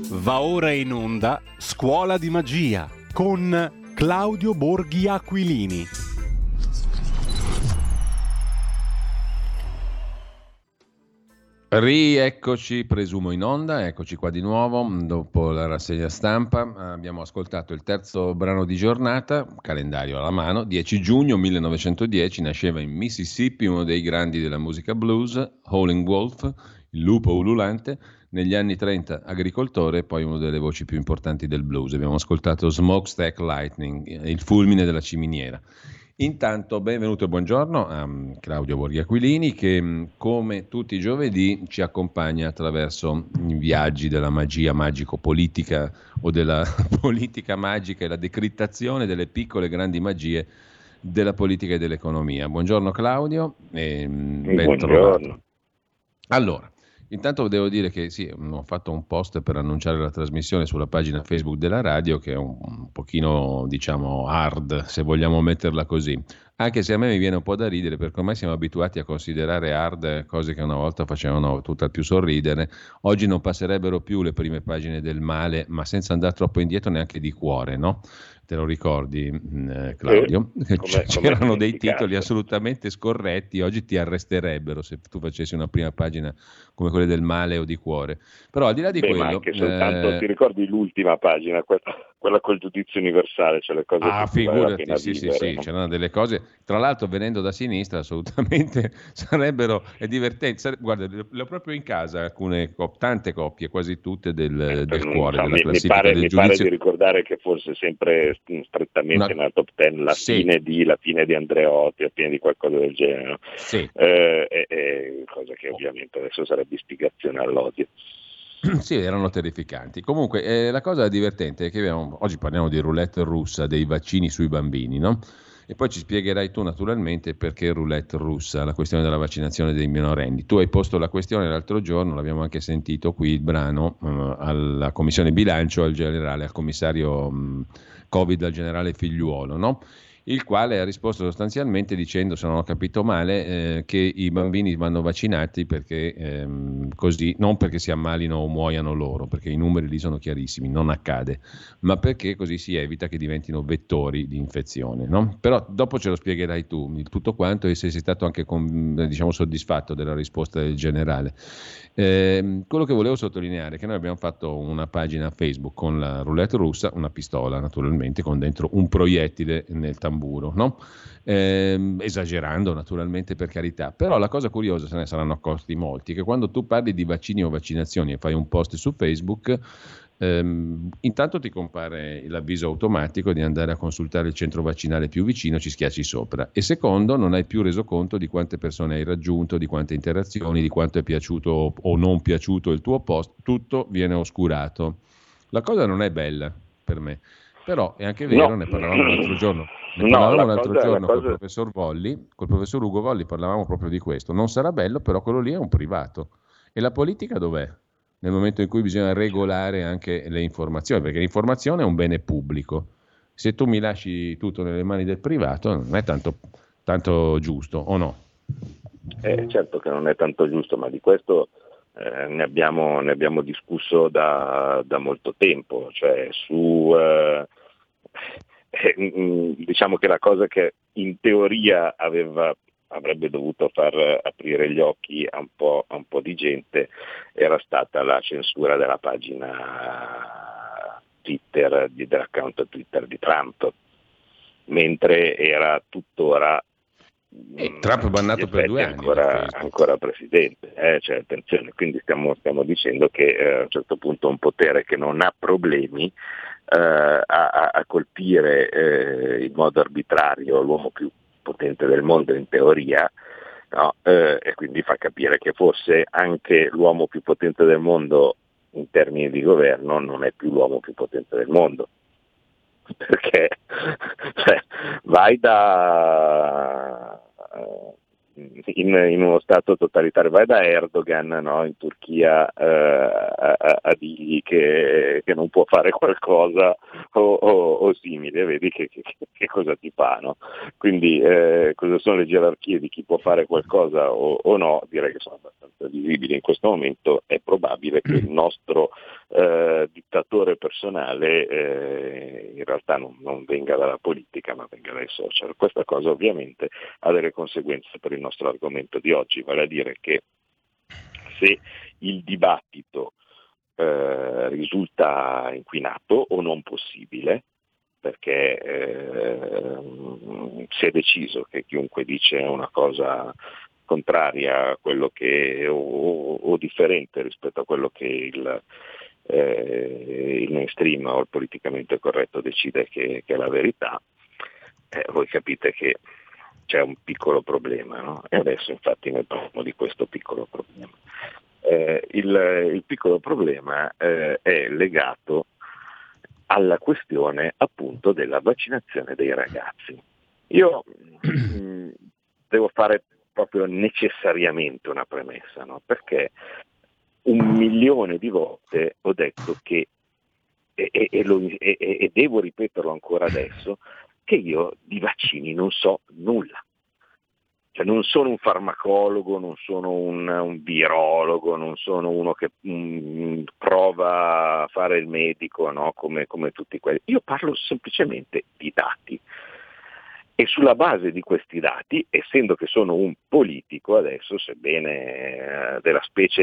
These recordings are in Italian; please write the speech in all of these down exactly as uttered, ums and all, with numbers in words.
Va ora in onda Scuola di Magia con Claudio Borghi Aquilini. Rieccoci, presumo in onda, eccoci qua di nuovo dopo la rassegna stampa. Abbiamo ascoltato il terzo brano di giornata, calendario alla mano, dieci giugno millenovecentodieci, nasceva in Mississippi uno dei grandi della musica blues, Howlin' Wolf, il lupo ululante, negli anni trenta agricoltore e poi una delle voci più importanti del blues. Abbiamo ascoltato Smokestack Lightning, il fulmine della ciminiera. Intanto benvenuto e buongiorno a Claudio Borghi Aquilini che come tutti i giovedì ci accompagna attraverso i viaggi della magia magico-politica o della politica magica e la decrittazione delle piccole e grandi magie della politica e dell'economia. Buongiorno Claudio e ben trovato. Allora, intanto devo dire che sì, ho fatto un post per annunciare la trasmissione sulla pagina Facebook della radio che è un, un pochino, diciamo, hard, se vogliamo metterla così, anche se a me mi viene un po' da ridere perché ormai siamo abituati a considerare hard cose che una volta facevano tutt'al più sorridere. Oggi non passerebbero più le prime pagine del male, ma senza andare troppo indietro neanche di cuore, no? Te lo ricordi, eh, Claudio? Sì, come, c'erano come dei titoli assolutamente scorretti, oggi ti arresterebbero se tu facessi una prima pagina come quelle del male o di cuore. Però al di là di Beh, quello... ma anche soltanto, eh... ti ricordi l'ultima pagina, quella, quella col giudizio universale, cioè le cose Ah, che vale la figurati, pena sì, vivere, sì, sì, no? c'erano delle cose, tra l'altro venendo da sinistra assolutamente sarebbero è divertenti. Sare... Guarda, le ho proprio in casa alcune cop- tante coppie, quasi tutte del, del cuore, So, della mi, mi, classifica pare, del mi pare giudizio. di ricordare che fosse sempre strettamente Una... nella top ten la sì. fine di la fine di Andreotti, la fine di qualcosa del genere, no? Sì. Eh, è, è cosa che ovviamente adesso sarebbe istigazione all'odio. Sì, erano terrificanti. Comunque, eh, la cosa divertente è che abbiamo, oggi parliamo di roulette russa, dei vaccini sui bambini, no? E poi ci spiegherai tu naturalmente perché roulette russa, la questione della vaccinazione dei minorenni. Tu hai posto la questione l'altro giorno, l'abbiamo anche sentito qui, il brano, eh, alla Commissione Bilancio, al generale, al commissario mh, Covid, al generale Figliuolo, no? Il quale ha risposto sostanzialmente dicendo, se non ho capito male, eh, che i bambini vanno vaccinati perché ehm, così, non perché si ammalino o muoiano loro, perché i numeri lì sono chiarissimi, non accade, ma perché così si evita che diventino vettori di infezione, no? Però dopo ce lo spiegherai tu, il tutto quanto, e se sei stato anche con, diciamo, soddisfatto della risposta del generale. Eh, quello che volevo sottolineare è che noi abbiamo fatto una pagina Facebook con la roulette russa, una pistola naturalmente, con dentro un proiettile nel tamburo, no? Eh, esagerando naturalmente, per carità, però la cosa curiosa, se ne saranno accorti molti, che quando tu parli di vaccini o vaccinazioni e fai un post su Facebook, ehm, intanto ti compare l'avviso automatico di andare a consultare il centro vaccinale più vicino, ci schiacci sopra, e secondo non hai più reso conto di quante persone hai raggiunto, di quante interazioni, di quanto è piaciuto o non piaciuto il tuo post, tutto viene oscurato. La cosa non è bella per me, però è anche vero, No. ne parlavamo l'altro giorno. Ne No, parlavamo la l'altro cosa, giorno la col cosa... professor Volli, col professor Ugo Volli parlavamo proprio di questo. Non sarà bello, però quello lì è un privato. E la politica dov'è? Nel momento in cui bisogna regolare anche le informazioni, perché l'informazione è un bene pubblico. Se tu mi lasci tutto nelle mani del privato, non è tanto, tanto giusto, o no? Eh, certo che non è tanto giusto, ma di questo eh, ne, abbiamo, ne abbiamo discusso da, da molto tempo, cioè su... Eh, Eh, diciamo che la cosa che in teoria aveva, avrebbe dovuto far aprire gli occhi a un po', a un po' di gente era stata la censura della pagina Twitter, dell'account Twitter di Trump, mentre era tuttora E Trump è bannato per due anni ancora, ancora presidente, eh? Cioè, attenzione, quindi stiamo, stiamo dicendo che eh, a un certo punto un potere che non ha problemi eh, a, a colpire eh, in modo arbitrario l'uomo più potente del mondo in teoria, no? eh, e quindi fa capire che forse anche l'uomo più potente del mondo in termini di governo non è più l'uomo più potente del mondo, perché cioè, vai da in, in uno stato totalitario, vai da Erdogan, no, in Turchia eh, a, a dirgli che, che non può fare qualcosa o, o, o simile, vedi che, che, che cosa ti fa, no? Quindi eh, cosa sono le gerarchie di chi può fare qualcosa o, o no, direi che sono abbastanza visibili in questo momento. È probabile che il nostro eh, dittatore personale eh, in realtà non, non venga dalla politica ma venga dai social. Questa cosa ovviamente ha delle conseguenze per il nostro argomento di oggi, vale a dire che se il dibattito eh, risulta inquinato o non possibile, perché eh, si è deciso che chiunque dice una cosa contraria a quello che o, o differente rispetto a quello che il, eh, il mainstream o il politicamente corretto decide che, che è la verità, eh, voi capite che c'è un piccolo problema, no? E adesso infatti ne parliamo di questo piccolo problema. Eh, il, il piccolo problema eh, è legato alla questione appunto della vaccinazione dei ragazzi. Io mh, devo fare proprio necessariamente una premessa, no? Perché un milione di volte ho detto che, e, e, e, lo, e, e devo ripeterlo ancora adesso, che io di vaccini non so nulla. Cioè non sono un farmacologo, non sono un, un virologo, non sono uno che mh, prova a fare il medico, no? come, come tutti quelli. Io parlo semplicemente di dati. E sulla base di questi dati, essendo che sono un politico adesso, sebbene eh, della specie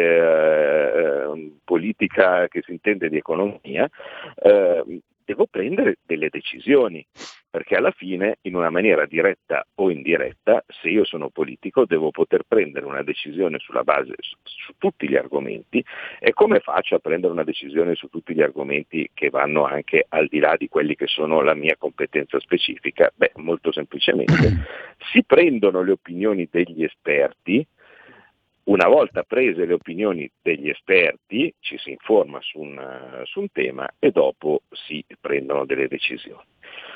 eh, politica che si intende di economia, eh, devo prendere delle decisioni, perché alla fine, in una maniera diretta o indiretta, se io sono politico devo poter prendere una decisione sulla base su, su tutti gli argomenti. E come faccio a prendere una decisione su tutti gli argomenti che vanno anche al di là di quelli che sono la mia competenza specifica? Beh, molto semplicemente si prendono le opinioni degli esperti. Una volta prese le opinioni degli esperti ci si informa su un, su un tema e dopo si prendono delle decisioni.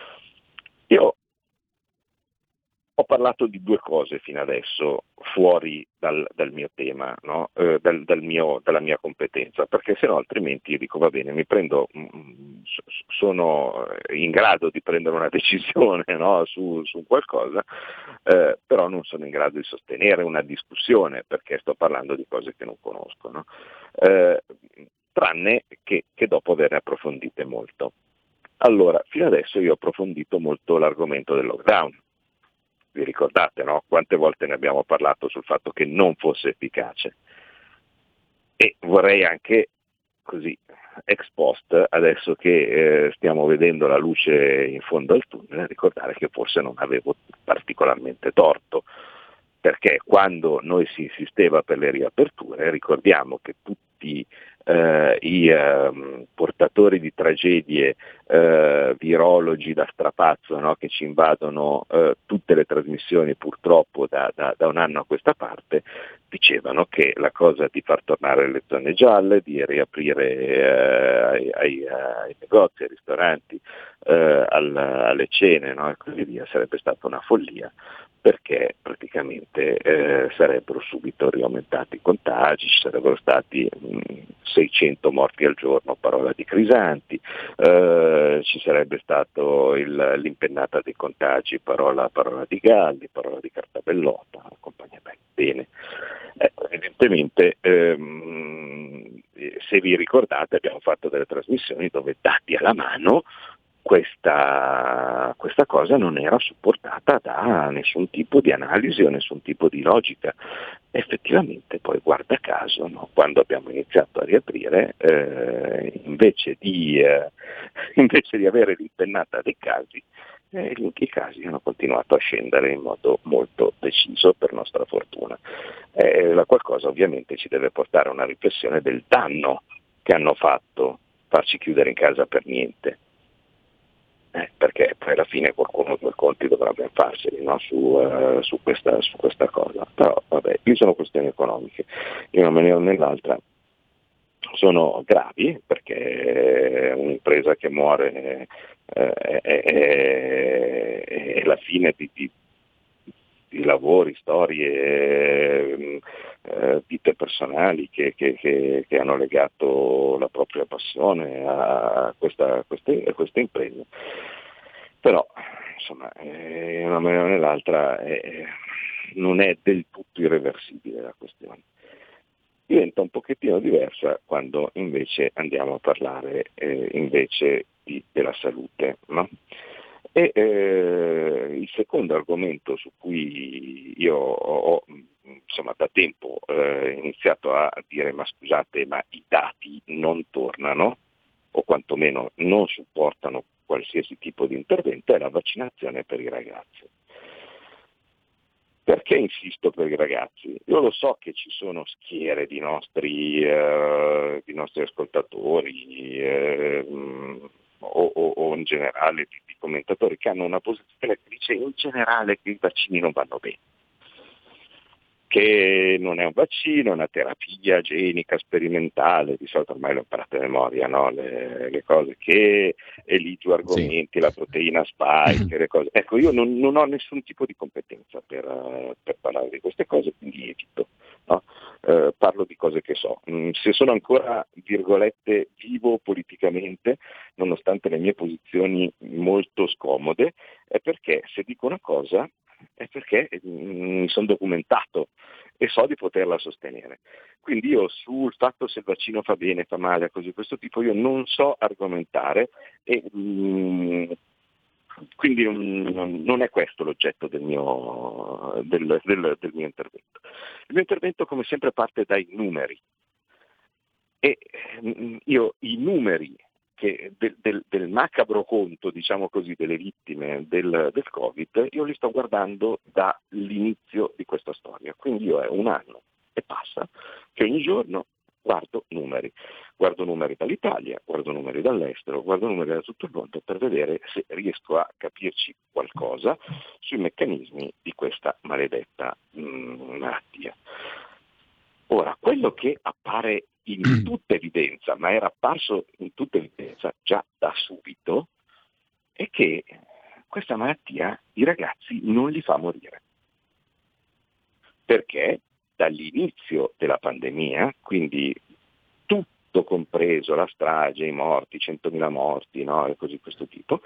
Io ho parlato di due cose fino adesso fuori dal, dal mio tema, no? eh, dal, dal mio, dalla mia competenza, perché se no altrimenti dico va bene, mi prendo, mh, sono in grado di prendere una decisione, no? su, su qualcosa, eh, però non sono in grado di sostenere una discussione perché sto parlando di cose che non conosco, no? eh, tranne che, che dopo averne approfondite molto. Allora, fino adesso io ho approfondito molto l'argomento del lockdown. Vi ricordate, no? Quante volte ne abbiamo parlato sul fatto che non fosse efficace? E vorrei anche, così, ex post, adesso che eh, stiamo vedendo la luce in fondo al tunnel, ricordare che forse non avevo particolarmente torto, perché quando noi si insisteva per le riaperture, ricordiamo che tutti eh, i eh, portatori di tragedie, eh, virologi da strapazzo, no, che ci invadono eh, tutte le trasmissioni purtroppo da, da, da un anno a questa parte, dicevano che la cosa di far tornare le zone gialle, di riaprire eh, ai, ai, ai negozi, ai ristoranti, eh, al, alle cene, no, e così via, sarebbe stata una follia, perché praticamente eh, sarebbero subito riaumentati i contagi, ci sarebbero stati mh, seicento morti al giorno, parola di Crisanti, eh, ci sarebbe stato il, l'impennata dei contagi, parola, parola di Galli, parola di Cartabellotta, compagnia bene. Eh, evidentemente, ehm, se vi ricordate, abbiamo fatto delle trasmissioni dove, dati alla mano, Questa, questa cosa non era supportata da nessun tipo di analisi o nessun tipo di logica. Effettivamente poi, guarda caso, no, quando abbiamo iniziato a riaprire, eh, invece, di, eh, invece di avere l'impennata dei casi, eh, i casi hanno continuato a scendere in modo molto deciso, per nostra fortuna. Eh, la qualcosa ovviamente ci deve portare a una riflessione del danno che hanno fatto farci chiudere in casa per niente. Eh, perché poi alla fine qualcuno due conti dovrà ben farseli, no? su, uh, su, questa, su questa cosa. Però vabbè, qui sono questioni economiche, in una maniera o nell'altra sono gravi, perché un'impresa che muore eh, è, è, è la fine di, di, di lavori, storie, eh, vite personali che, che, che, che hanno legato la propria passione a questa, queste, a queste imprese. Però, insomma, eh, in una maniera o nell'altra eh, non è del tutto irreversibile la questione. diventa un pochettino diversa quando invece andiamo a parlare eh, invece di, della salute, no? E eh, il secondo argomento su cui io ho, insomma, da tempo eh, iniziato a dire ma scusate, ma i dati non tornano, o quantomeno non supportano qualsiasi tipo di intervento, è la vaccinazione per i ragazzi. Perché insisto per i ragazzi? Io lo so che ci sono schiere di nostri, eh, di nostri ascoltatori eh, o, o, o in generale di, di commentatori che hanno una posizione che dice in generale che i vaccini non vanno bene, che non è un vaccino, è una terapia genica sperimentale, di solito ormai l'ho imparata a memoria, no? le, le cose, che eligio argomenti, sì. La proteina spike, le cose. Ecco, io non, non ho nessun tipo di competenza per, uh, per parlare di queste cose, quindi evito, no? uh, parlo di cose che so. Mm, se sono ancora, virgolette, vivo politicamente, nonostante le mie posizioni molto scomode, è perché se dico una cosa è perché mi sono documentato e so di poterla sostenere. Quindi io sul fatto se il vaccino fa bene, fa male, cose di questo tipo, io non so argomentare e mh, quindi mh, non è questo l'oggetto del mio, del, del, del mio intervento. Il mio intervento come sempre parte dai numeri e mh, io i numeri che del, del, del macabro conto, diciamo così, delle vittime del, del Covid, io li sto guardando dall'inizio di questa storia. Quindi io è un anno e passa che ogni giorno guardo numeri. Guardo numeri dall'Italia, guardo numeri dall'estero, guardo numeri da tutto il mondo per vedere se riesco a capirci qualcosa sui meccanismi di questa maledetta mh, malattia. Ora, quello che appare in tutta evidenza, ma era apparso in tutta evidenza già da subito, è che questa malattia i ragazzi non li fa morire. Perché dall'inizio della pandemia, quindi tutto compreso, la strage, i morti, centomila morti, no? E così questo tipo,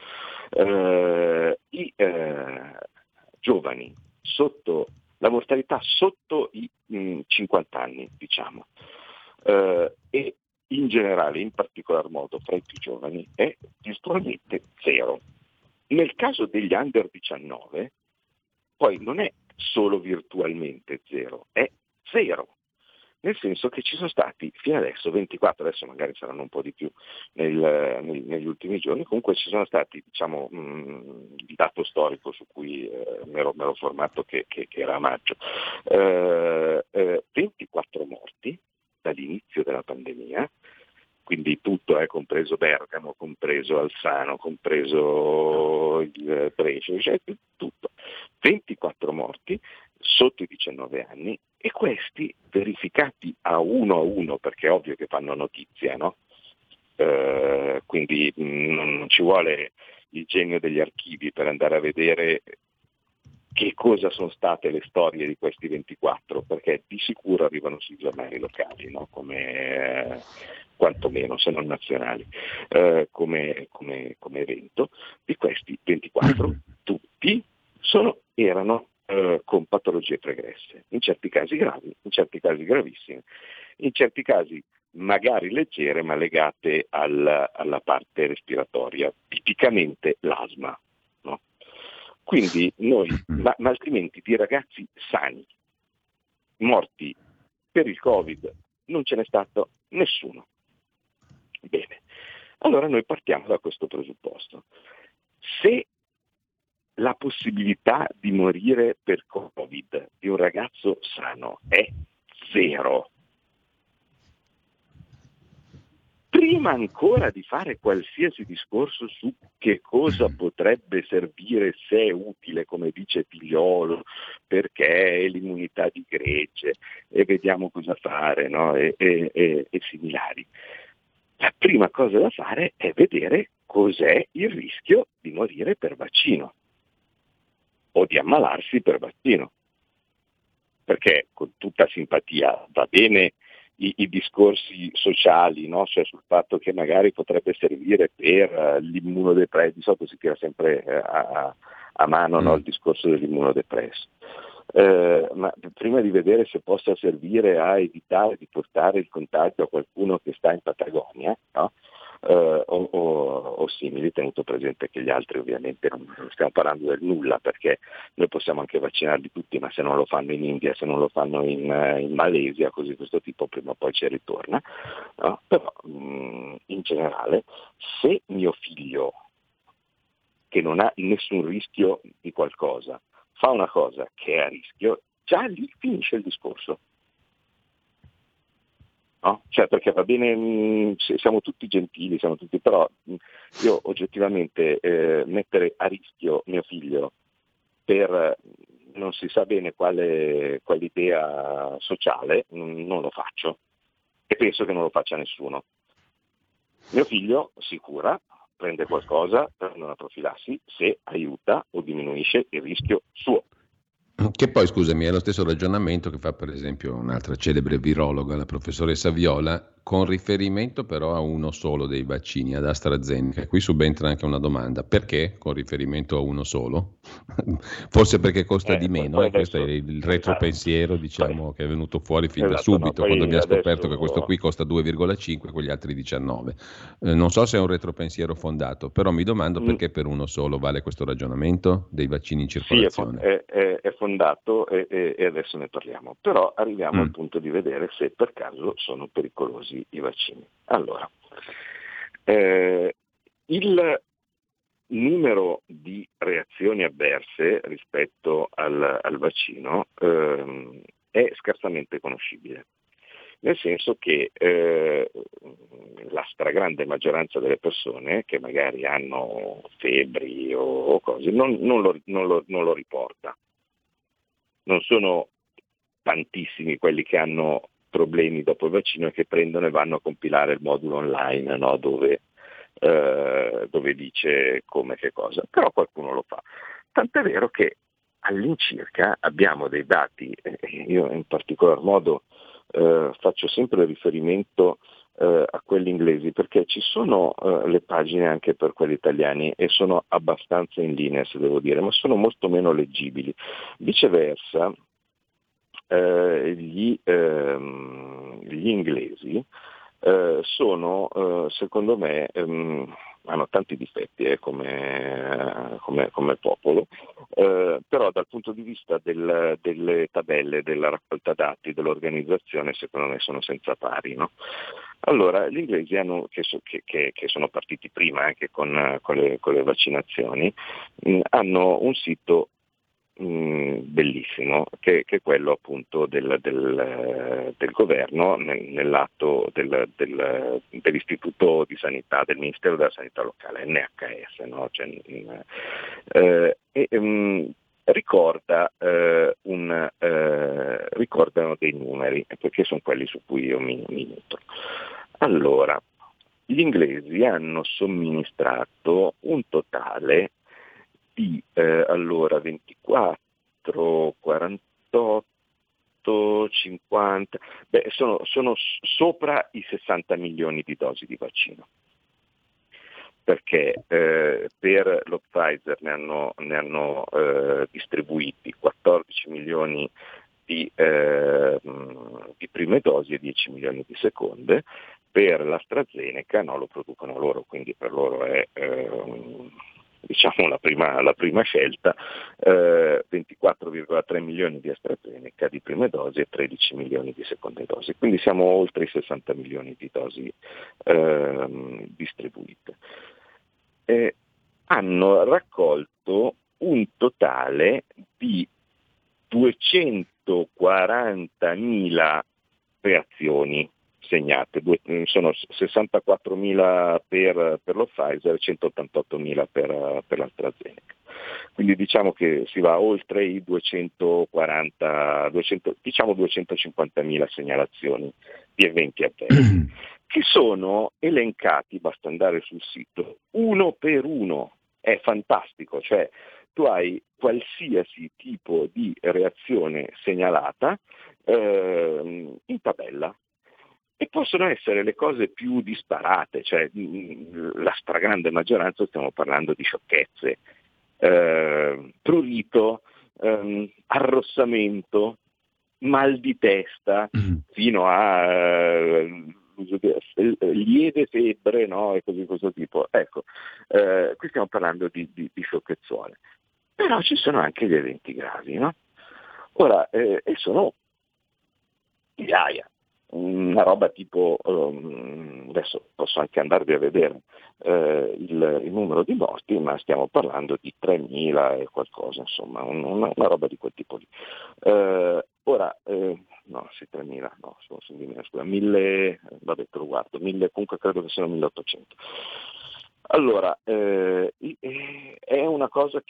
eh, i eh, giovani sotto la mortalità sotto i mh, cinquanta anni, diciamo, eh, e in generale, in particolar modo fra i più giovani, è virtualmente zero. Nel caso degli under diciannove, poi non è solo virtualmente zero, è zero. Nel senso che ci sono stati fino adesso ventiquattro, adesso magari saranno un po' di più nel, nel, negli ultimi giorni, comunque ci sono stati, diciamo, mh, il dato storico su cui eh, mi ero, mi ero formato che, che, che era a maggio, eh, eh, ventiquattro morti dall'inizio della pandemia, quindi tutto è eh, compreso Bergamo, compreso Alzano, compreso il Brescia, cioè tutto, ventiquattro morti sotto i diciannove anni, e questi verificati a uno a uno, perché è ovvio che fanno notizia, no? Eh, quindi mh, non ci vuole il genio degli archivi per andare a vedere che cosa sono state le storie di questi ventiquattro, perché di sicuro arrivano sui giornali locali, no? Come eh, quantomeno, se non nazionali, eh, come, come, come evento. Di questi ventiquattro tutti sono, erano eh, con patologie pregresse, in certi casi gravi, in certi casi gravissime, in certi casi magari leggere ma legate al, alla parte respiratoria, tipicamente l'asma. No? Quindi noi, ma, ma altrimenti di ragazzi sani, morti per il Covid, non ce n'è stato nessuno. Bene, allora noi partiamo da questo presupposto. Se la possibilità di morire per Covid di un ragazzo sano è zero, prima ancora di fare qualsiasi discorso su che cosa potrebbe servire, se è utile, come dice Figliolo, perché è l'immunità di gregge e vediamo cosa fare, no? e, e, e, e similari, la prima cosa da fare è vedere cos'è il rischio di morire per vaccino o di ammalarsi per vaccino, perché con tutta simpatia va bene I, i discorsi sociali, no? Cioè sul fatto che magari potrebbe servire per uh, l'immunodepresso, di solito si tira sempre uh, a, a mano, no? Il discorso dell'immunodepresso. eh, ma prima di vedere se possa servire a evitare di portare il contagio a qualcuno che sta in Patagonia, no? Uh, o, o, o simili, tenuto presente che gli altri ovviamente non, non stiamo parlando del nulla, perché noi possiamo anche vaccinarli tutti, ma se non lo fanno in India, se non lo fanno in, in Malesia, così questo tipo prima o poi ci ritorna, no? Però mh, in generale, se mio figlio, che non ha nessun rischio di qualcosa, fa una cosa che è a rischio, già lì finisce il discorso. No? Cioè, perché va bene, mh, siamo tutti gentili, siamo tutti, però mh, io oggettivamente eh, mettere a rischio mio figlio per non si sa bene quale, quale idea sociale, mh, non lo faccio, e penso che non lo faccia nessuno. Mio figlio si cura, prende qualcosa, prende una profilassi, se aiuta o diminuisce il rischio suo. Che poi, scusami, è lo stesso ragionamento che fa per esempio un'altra celebre virologa, la professoressa Viola, con riferimento però a uno solo dei vaccini, ad AstraZeneca. Qui subentra anche una domanda: perché con riferimento a uno solo? Forse perché costa Eh, di poi, meno, poi e questo è adesso, il retropensiero, diciamo, poi, che è venuto fuori fin da esatto, no, subito, quando poi abbiamo scoperto che adesso, questo qui costa due virgola cinque, quegli altri diciannove. Eh, non so se è un retropensiero fondato, però mi domando mh, perché per uno solo vale questo ragionamento dei vaccini in sì, è, fo- circolazione. è- è- è fondato e, e- e adesso ne parliamo, però arriviamo Mm. al punto di vedere se per caso sono pericolosi i vaccini. Allora, eh, il numero di reazioni avverse rispetto al, al vaccino ehm, è scarsamente conoscibile, nel senso che eh, la stragrande maggioranza delle persone che magari hanno febbri o, o cose non, non, lo, non, lo, non lo riporta. Non sono tantissimi quelli che hanno problemi dopo il vaccino e che prendono e vanno a compilare il modulo online, no? dove, eh, dove dice come che cosa, però qualcuno lo fa. Tant'è vero che all'incirca abbiamo dei dati, eh, io in particolar modo eh, faccio sempre riferimento eh, a quelli inglesi, perché ci sono eh, le pagine anche per quelli italiani e sono abbastanza in linea, se devo dire, ma sono molto meno leggibili. Viceversa, eh, gli, ehm, gli inglesi eh, sono, eh, secondo me, ehm, hanno tanti difetti eh, come, come, come popolo, eh, però dal punto di vista del, delle tabelle, della raccolta dati, dell'organizzazione, secondo me sono senza pari. No? Allora, gli inglesi hanno, che, so, che, che, che sono partiti prima anche con, con, le, con le vaccinazioni, mh, hanno un sito bellissimo, che, che è quello appunto del, del, del governo nel, nell'atto del, del, dell'istituto di sanità, del Ministero della Sanità Locale, N H S, no? Cioè, eh, e, um, ricorda, eh, un, eh, ricordano dei numeri, perché sono quelli su cui io mi, mi nutro. Allora, gli inglesi hanno somministrato un totale di eh, allora ventiquattro, quarantotto, cinquanta, beh, sono, sono sopra i sessanta milioni di dosi di vaccino, perché eh, per lo Pfizer ne hanno, ne hanno eh, distribuiti quattordici milioni di, eh, di prime dosi e dieci milioni di seconde. Per l'AstraZeneca no, lo producono loro, quindi per loro è eh, diciamo la prima, la prima scelta, eh, ventiquattro virgola tre milioni di AstraZeneca di prime dosi e tredici milioni di seconde dosi, quindi siamo oltre i sessanta milioni di dosi eh, distribuite. Eh, hanno raccolto un totale di duecentoquarantamila reazioni segnate, sono sessantaquattromila per, per lo Pfizer e centottantottomila per, per l'AstraZeneca. Quindi diciamo che si va oltre i duecentoquaranta, duecento, diciamo duecentocinquantamila segnalazioni di eventi avversi, che sono elencati, basta andare sul sito, uno per uno. È fantastico, cioè tu hai qualsiasi tipo di reazione segnalata eh, in tabella. E possono essere le cose più disparate, cioè la stragrande maggioranza stiamo parlando di sciocchezze. Eh, prurito, ehm, arrossamento, mal di testa, mm. fino a eh, lieve febbre, no? E così di questo tipo. Ecco, eh, qui stiamo parlando di, di, di sciocchezzuole. Però ci sono anche gli eventi gravi, no? Ora, eh, e sono migliaia. Una roba tipo, um, adesso posso anche andarvi a vedere eh, il, il numero di morti, ma stiamo parlando di tremila e qualcosa, insomma, un, una, una roba di quel tipo lì. Eh, ora, eh, no, sì, tremila, no, sono, sono di meno, scusa, mille, vabbè, te lo guardo, mille, comunque credo che siano milleottocento. Allora, eh, è una cosa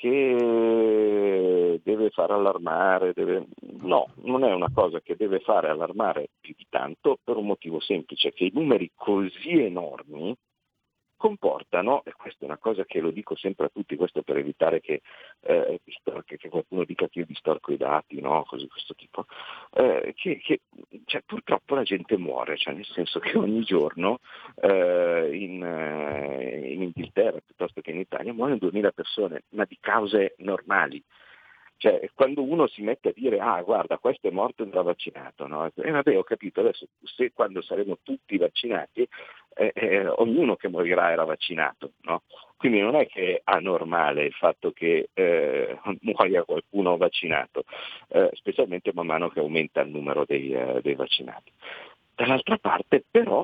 che deve fare allarmare, deve... no, non è una cosa che deve fare allarmare più di tanto per un motivo semplice, che i numeri così enormi comportano, e questa è una cosa che lo dico sempre a tutti, questo per evitare che, eh, che qualcuno dica che io distorco i dati, no? Così questo tipo, eh, che, che cioè, purtroppo la gente muore, cioè nel senso che ogni giorno eh, in, eh, in Inghilterra piuttosto che in Italia muoiono duemila persone, ma di cause normali. Cioè, quando uno si mette a dire, ah guarda, questo è morto e andrà vaccinato, no? E vabbè, ho capito, adesso se quando saremo tutti vaccinati, eh, eh, ognuno che morirà era vaccinato, no? Quindi non è che è anormale il fatto che eh, muoia qualcuno vaccinato, eh, specialmente man mano che aumenta il numero dei, eh, dei vaccinati. Dall'altra parte, però,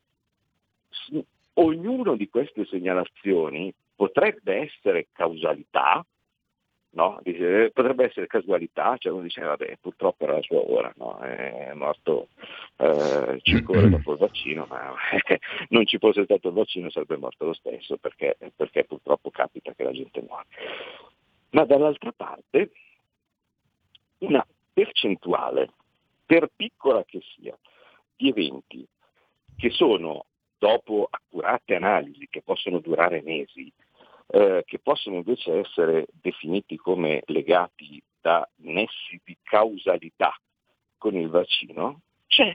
s- ognuno di queste segnalazioni potrebbe essere causalità. No? Dice, potrebbe essere casualità, cioè uno dice vabbè purtroppo era la sua ora, no? È morto eh, cinque ore dopo il vaccino, ma eh, non ci fosse stato il vaccino sarebbe morto lo stesso, perché, perché purtroppo capita che la gente muore. Ma dall'altra parte una percentuale, per piccola che sia, di eventi che sono dopo accurate analisi che possono durare mesi, Eh, che possono invece essere definiti come legati da nessi di causalità con il vaccino, c'è.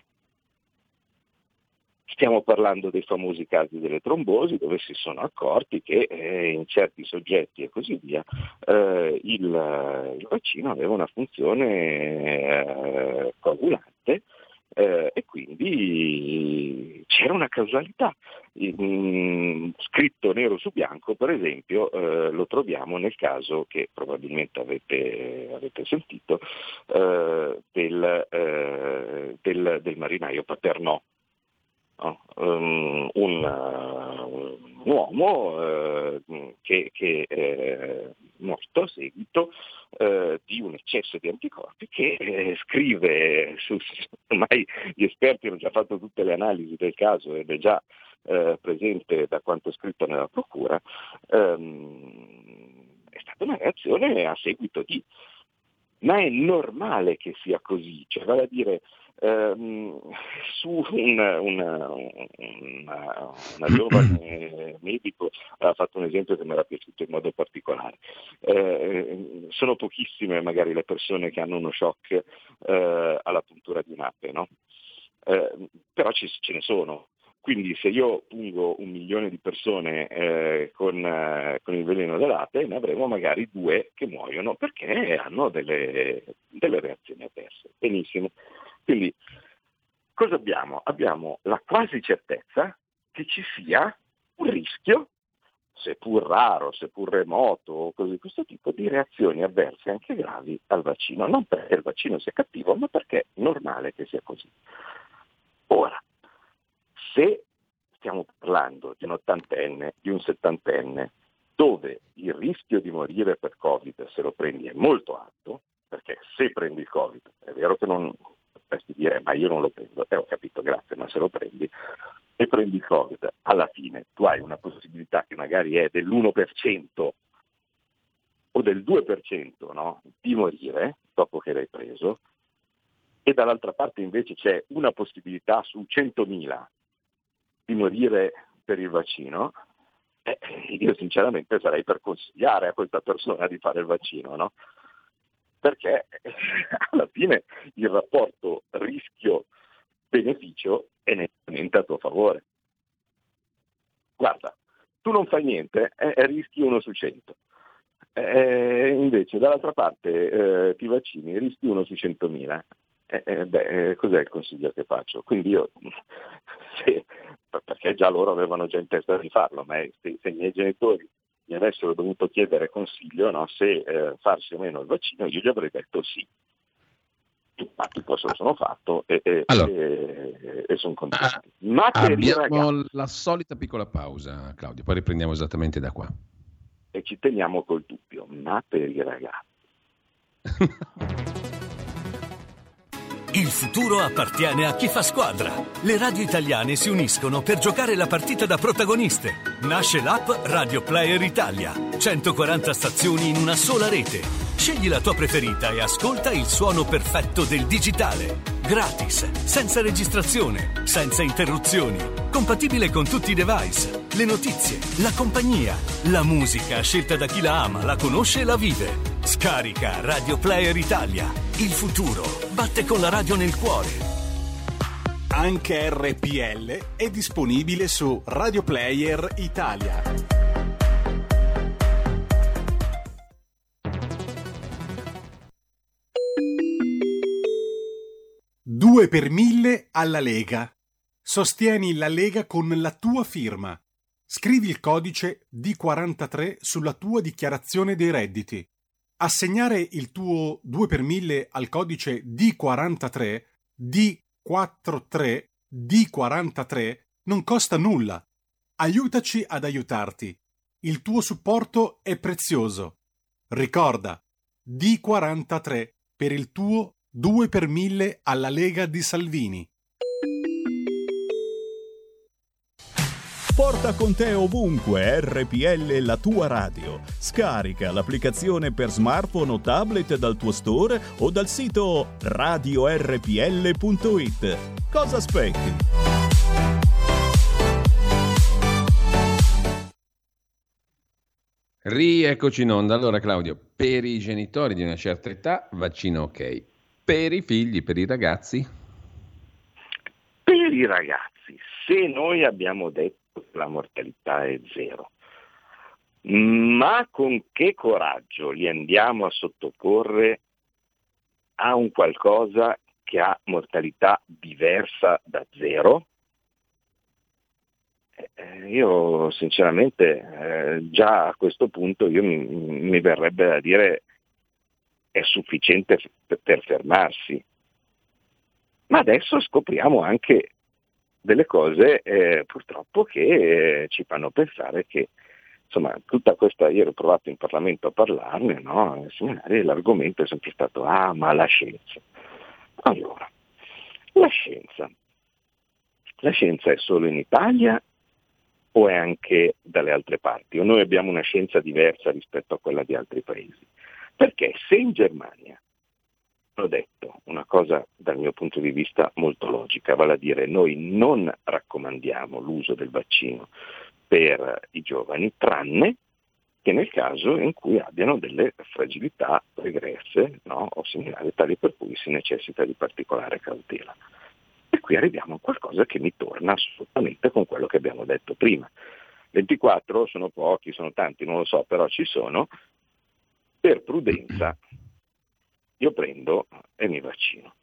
Stiamo parlando dei famosi casi delle trombosi, dove si sono accorti che eh, in certi soggetti e così via eh, il, il vaccino aveva una funzione eh, coagulante eh, e quindi c'era una causalità. Mm, scritto nero su bianco, per esempio, eh, lo troviamo nel caso che probabilmente avete, avete sentito eh, del, eh, del, del marinaio Paternò. No? Um, un, uh, un uomo uh, che, che è morto a seguito uh, di un eccesso di anticorpi che eh, scrive, su, ormai gli esperti hanno già fatto tutte le analisi del caso ed è già uh, presente da quanto scritto nella procura, um, è stata una reazione a seguito di... Ma è normale che sia così, cioè vale a dire ehm, su una, una, una, una giovane medico ha fatto un esempio che mi era piaciuto in modo particolare. Eh, sono pochissime magari le persone che hanno uno shock eh, alla puntura di un'ape, no? Eh, però ci, ce ne sono. Quindi se io pungo un milione di persone eh, con, eh, con il veleno dell'ape, ne avremo magari due che muoiono perché hanno delle, delle reazioni avverse. Benissimo. Quindi cosa abbiamo? Abbiamo la quasi certezza che ci sia un rischio, seppur raro, seppur remoto o cose di questo tipo, di reazioni avverse anche gravi al vaccino. Non perché il vaccino sia cattivo, ma perché è normale che sia così. Ora, se stiamo parlando di un ottantenne, di un settantenne, dove il rischio di morire per Covid, se lo prendi, è molto alto, perché se prendi il Covid, è vero che non potresti dire ma io non lo prendo, eh, ho capito, grazie, ma se lo prendi e prendi il Covid, alla fine tu hai una possibilità che magari è dell'uno per cento o del due per cento, no? Di morire dopo che l'hai preso, e dall'altra parte invece c'è una possibilità su centomila di morire per il vaccino, eh, io sinceramente sarei per consigliare a questa persona di fare il vaccino, no? Perché eh, alla fine il rapporto rischio-beneficio è nettamente a tuo favore. Guarda, tu non fai niente, eh, rischi uno su cento. Eh, invece dall'altra parte eh, ti vaccini, rischi uno su centomila. Eh, eh, beh, eh, cos'è il consiglio che faccio? Quindi io, se, perché già loro avevano già in testa di farlo, ma se, se i miei genitori mi avessero dovuto chiedere consiglio, no, se eh, farsi o meno il vaccino, io gli avrei detto sì. Infatti poi se lo sono fatto e, e, allora, e, e sono contento. Ma per abbiamo i ragazzi, la solita piccola pausa, Claudio, poi riprendiamo esattamente da qua. e ci teniamo col dubbio, ma per i ragazzi. Il futuro appartiene a chi fa squadra. Le radio italiane si uniscono per giocare la partita da protagoniste. Nasce l'app Radio Player Italia. centoquaranta stazioni in una sola rete. Scegli la tua preferita e ascolta il suono perfetto del digitale. Gratis, senza registrazione, senza interruzioni. Compatibile con tutti i device. Le notizie, la compagnia, la musica scelta da chi la ama, la conosce e la vive. Scarica Radio Player Italia. Il futuro batte con la radio nel cuore. Anche R P L è disponibile su Radio Player Italia. due per mille alla Lega. Sostieni la Lega con la tua firma. Scrivi il codice D quarantatré sulla tua dichiarazione dei redditi. Assegnare il tuo due per mille al codice D quarantatré, D quarantatré, D quarantatré non costa nulla. Aiutaci ad aiutarti. Il tuo supporto è prezioso. Ricorda, D quarantatré per il tuo due per mille alla Lega di Salvini. Porta con te ovunque R P L, la tua radio. Scarica l'applicazione per smartphone o tablet dal tuo store o dal sito radio erre pi elle punto it. Cosa aspetti? Rieccoci in onda. Allora Claudio, per i genitori di una certa età, vaccino ok. Per i figli, per i ragazzi? Per i ragazzi, se noi abbiamo detto che la mortalità è zero, ma con che coraggio li andiamo a sottoporre a un qualcosa che ha mortalità diversa da zero? Eh, io sinceramente eh, già a questo punto io mi, mi verrebbe da dire è sufficiente f- per fermarsi. Ma adesso scopriamo anche delle cose eh, purtroppo che eh, ci fanno pensare che insomma tutta questa, io ho provato in Parlamento a parlarne, no? E l'argomento è sempre stato ah ma la scienza. Allora, la scienza, la scienza è solo in Italia o è anche dalle altre parti? O noi abbiamo una scienza diversa rispetto a quella di altri paesi? Perché se in Germania, ho detto una cosa dal mio punto di vista molto logica, vale a dire noi non raccomandiamo l'uso del vaccino per i giovani, tranne che nel caso in cui abbiano delle fragilità pregresse, no? O similari, tali per cui si necessita di particolare cautela. E qui arriviamo a qualcosa che mi torna assolutamente con quello che abbiamo detto prima. ventiquattro sono pochi, sono tanti, non lo so, però ci sono. Per prudenza io prendo e mi vaccino.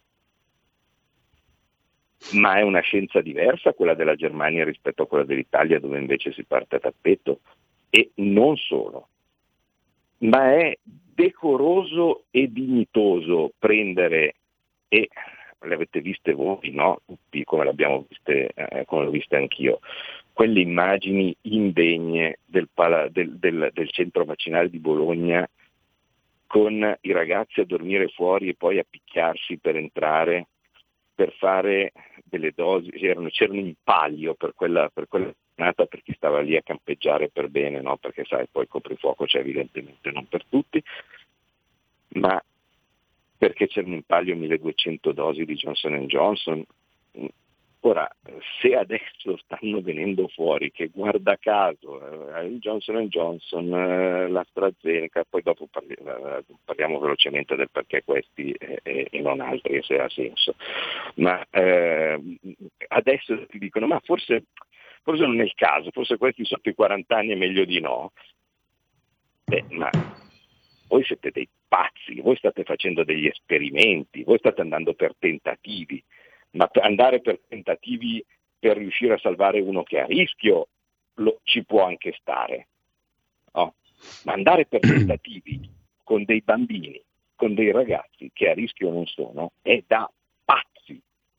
Ma è una scienza diversa quella della Germania rispetto a quella dell'Italia, dove invece si parte a tappeto? E non solo, ma è decoroso e dignitoso prendere, e le avete viste voi, no? Tutti, come l'abbiamo viste, eh, come l'ho viste anch'io, quelle immagini indegne del, pala- del, del, del centro vaccinale di Bologna, con i ragazzi a dormire fuori e poi a picchiarsi per entrare, per fare delle dosi, c'erano, c'erano in palio per quella, per quella giornata per chi stava lì a campeggiare per bene, no? Perché sai, poi il coprifuoco c'è evidentemente non per tutti, ma perché c'erano in palio milleduecento dosi di Johnson and Johnson. Ora, se adesso stanno venendo fuori che guarda caso eh, il Johnson and Johnson, eh, l'AstraZeneca, poi dopo parli, eh, parliamo velocemente del perché questi eh, e non altri, se ha senso, ma eh, adesso ti dicono ma forse, forse non è il caso, forse questi sotto i quaranta anni è meglio di no. Beh, ma voi siete dei pazzi, voi state facendo degli esperimenti, voi state andando per tentativi, ma per andare per tentativi per riuscire a salvare uno che è a rischio lo, ci può anche stare, no? Ma andare per tentativi con dei bambini, con dei ragazzi che a rischio non sono, è da pazzi,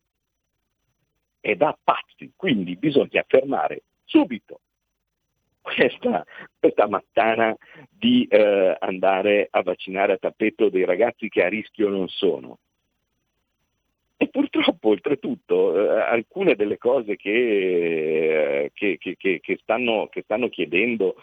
è da pazzi, quindi bisogna fermare subito questa, questa mattana di eh, andare a vaccinare a tappeto dei ragazzi che a rischio non sono. E purtroppo, oltretutto, eh, alcune delle cose che, eh, che, che, che, che, stanno, che stanno chiedendo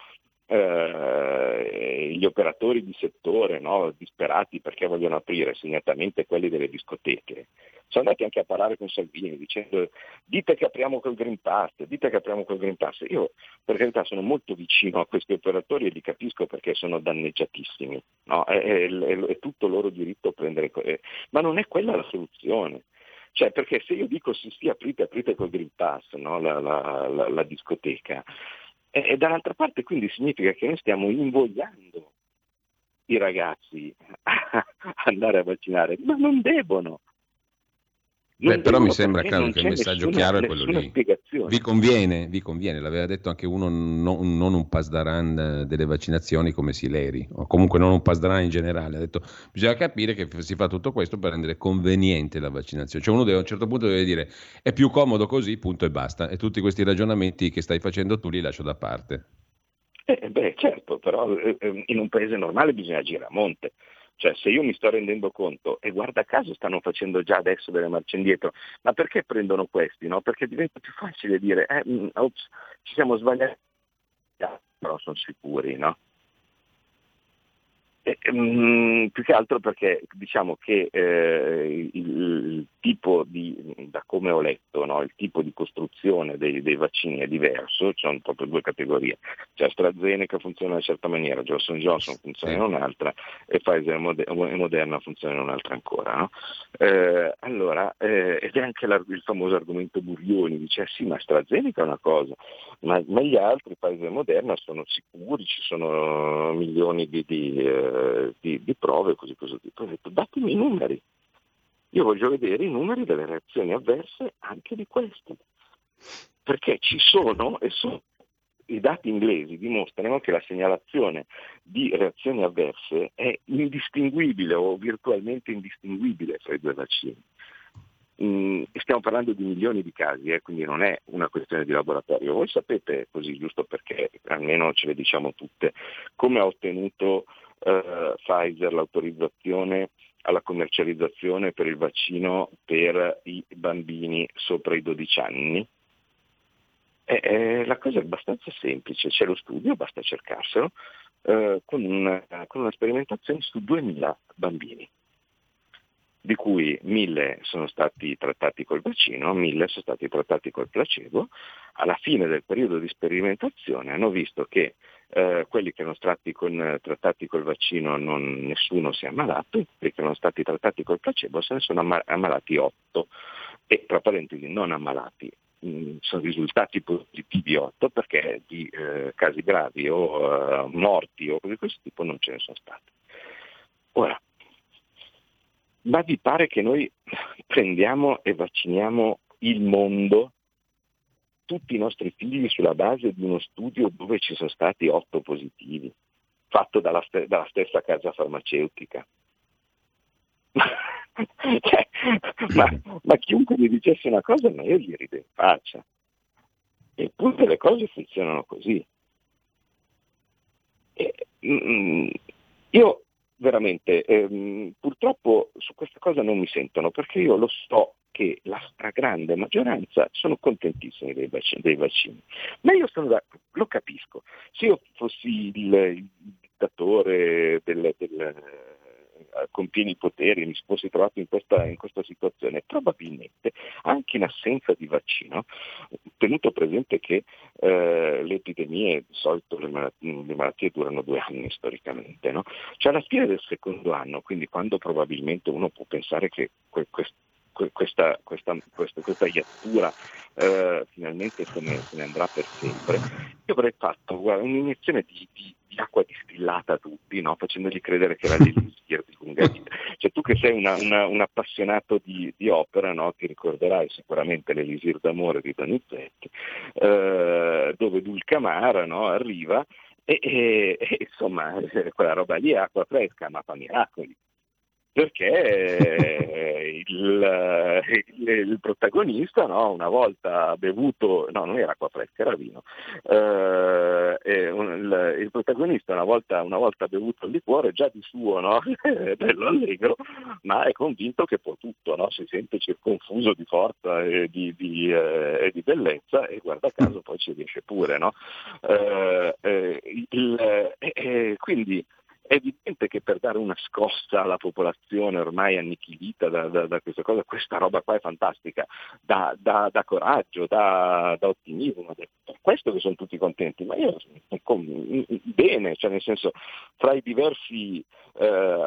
eh, gli operatori di settore, no, disperati perché vogliono aprire, segnatamente quelli delle discoteche, sono andati anche a parlare con Salvini dicendo dite che apriamo col Green Pass, dite che apriamo col Green Pass. Io per carità sono molto vicino a questi operatori e li capisco perché sono danneggiatissimi, no? è, è, è, è tutto loro diritto prendere, eh, ma non è quella la soluzione. Cioè, perché se io dico sì sì aprite, aprite col Green Pass, no? la, la, la, la discoteca, e, e dall'altra parte quindi significa che noi stiamo invogliando i ragazzi a andare a vaccinare, ma non devono. Beh, però mi sembra chiaro che il messaggio nessuna, chiaro è quello lì. Spiegazione. Vi conviene, vi conviene, l'aveva detto anche uno, non, non un pasdaran delle vaccinazioni come Sileri, o comunque non un pasdaran in generale, ha detto bisogna capire che si fa tutto questo per rendere conveniente la vaccinazione, cioè uno deve, a un certo punto deve dire è più comodo così, punto e basta, e tutti questi ragionamenti che stai facendo tu li lascio da parte. Eh, beh, certo, però eh, in un paese normale bisogna agire a monte. Cioè, se io mi sto rendendo conto, e guarda caso stanno facendo già adesso delle marce indietro, ma perché prendono questi? No? Perché diventa più facile dire, eh, ops, ci siamo sbagliati, però sono sicuri, no? E, um, più che altro perché diciamo che eh, il, il tipo di, da come ho letto, no, il tipo di costruzione dei, dei vaccini è diverso, ci sono proprio due categorie, cioè AstraZeneca funziona in una certa maniera, Johnson Johnson funziona in un'altra e Pfizer e Moderna funziona in un'altra ancora, no? Eh, allora, eh, ed è anche il famoso argomento Burioni, dice sì ma AstraZeneca è una cosa, ma, ma gli altri, Pfizer e Moderna, sono sicuri, ci sono milioni di, di eh, Di, di prove così così. Ho detto datemi i numeri, io voglio vedere i numeri delle reazioni avverse anche di questi, perché ci sono e sono i dati inglesi dimostrano che la segnalazione di reazioni avverse è indistinguibile o virtualmente indistinguibile fra i due vaccini. Mm, stiamo parlando di milioni di casi, eh, quindi non è una questione di laboratorio. Voi sapete, così giusto perché almeno ce le diciamo tutte, come ha ottenuto Uh, Pfizer l'autorizzazione alla commercializzazione per il vaccino per i bambini sopra i dodici anni? Eh, eh, la cosa è abbastanza semplice, c'è lo studio, basta cercarselo, uh, con, una, con una sperimentazione su duemila bambini, di cui mille sono stati trattati col vaccino, mille sono stati trattati col placebo. Alla fine del periodo di sperimentazione hanno visto che eh, quelli che erano stati con, trattati col vaccino non, nessuno si è ammalato, e quelli che erano stati trattati col placebo se ne sono amma- ammalati otto, e tra parentesi non ammalati, mh, sono risultati positivi otto perché di eh, casi gravi o uh, morti o cose di questo tipo non ce ne sono stati. Ora, ma vi pare che noi prendiamo e vacciniamo il mondo, tutti i nostri figli, sulla base di uno studio dove ci sono stati otto positivi, fatto dalla, st- dalla stessa casa farmaceutica? cioè, ma, ma chiunque mi dicesse una cosa, ma io gli rido in faccia. Eppure le cose funzionano così. E, mm, io veramente, ehm, purtroppo su questa cosa non mi sentono, perché io lo so che la stragrande maggioranza sono contentissimi dei vaccini, dei vaccini. Ma io sono da, lo capisco. Se io fossi il, il dittatore del, del, con pieni poteri, mi fossi trovato in questa, in questa situazione, probabilmente anche in assenza di vaccino, tenuto presente che eh, le epidemie, di solito le malattie, le malattie durano due anni storicamente, no? Cioè alla fine del secondo anno, quindi quando probabilmente uno può pensare che que- que- questa, questa, questa, questa iattura eh, finalmente se ne, se ne andrà per sempre. Io avrei fatto guarda, un'iniezione di, di, di acqua distillata a tutti, no? Facendogli credere che era l'elisir di lunga vita. Cioè tu che sei una, una, un appassionato di, di opera, no? Ti ricorderai sicuramente l'elisir d'amore di Donizetti, eh, dove Dulcamara, no? Arriva e, e, e insomma quella roba lì è acqua fresca, ma fa miracoli. Perché il, il, il protagonista, no, una volta bevuto, no, non era acqua fresca, era vino, eh, il, il protagonista una volta, una volta bevuto il liquore, già di suo, no, è bello allegro, ma è convinto che può tutto, no, si sente circonfuso di forza e di, di, eh, e di bellezza, e guarda caso poi ci riesce pure, no? Eh, eh, il, eh, quindi è evidente che per dare una scossa alla popolazione ormai annichilita da, da, da questa cosa, questa roba qua è fantastica, dà, dà, dà coraggio, dà, dà ottimismo, per questo che sono tutti contenti, ma io bene, cioè nel senso, fra i diversi eh,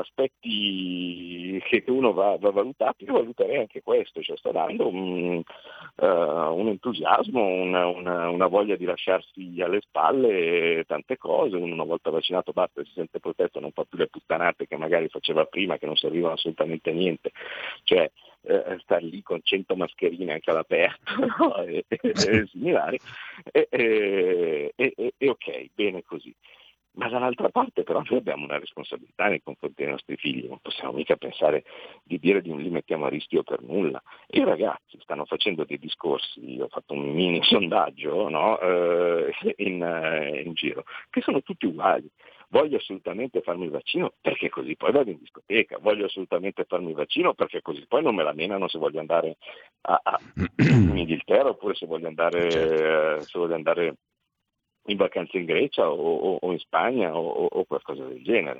aspetti che uno va, va valutato, io valuterei anche questo, cioè sta dando un, uh, un entusiasmo, una, una, una voglia di lasciarsi alle spalle tante cose, uno una volta vaccinato basta, si sente protetto, non fa più le puttanate che magari faceva prima, che non servivano assolutamente a niente, cioè eh, stare lì con cento mascherine anche all'aperto, no? e, e, e similari, e, e, e, e ok, bene così. Ma dall'altra parte però noi abbiamo una responsabilità nei confronti dei nostri figli, non possiamo mica pensare di dire di non li mettiamo a rischio per nulla. E i ragazzi stanno facendo dei discorsi, io ho fatto un mini sondaggio, no? eh, in, eh, in giro, che sono tutti uguali. Voglio assolutamente farmi il vaccino perché così poi vado in discoteca, voglio assolutamente farmi il vaccino perché così poi non me la menano se voglio andare a, a, in Inghilterra, oppure se voglio andare, certo. eh, se voglio andare in vacanza in Grecia o, o, o in Spagna o, o qualcosa del genere.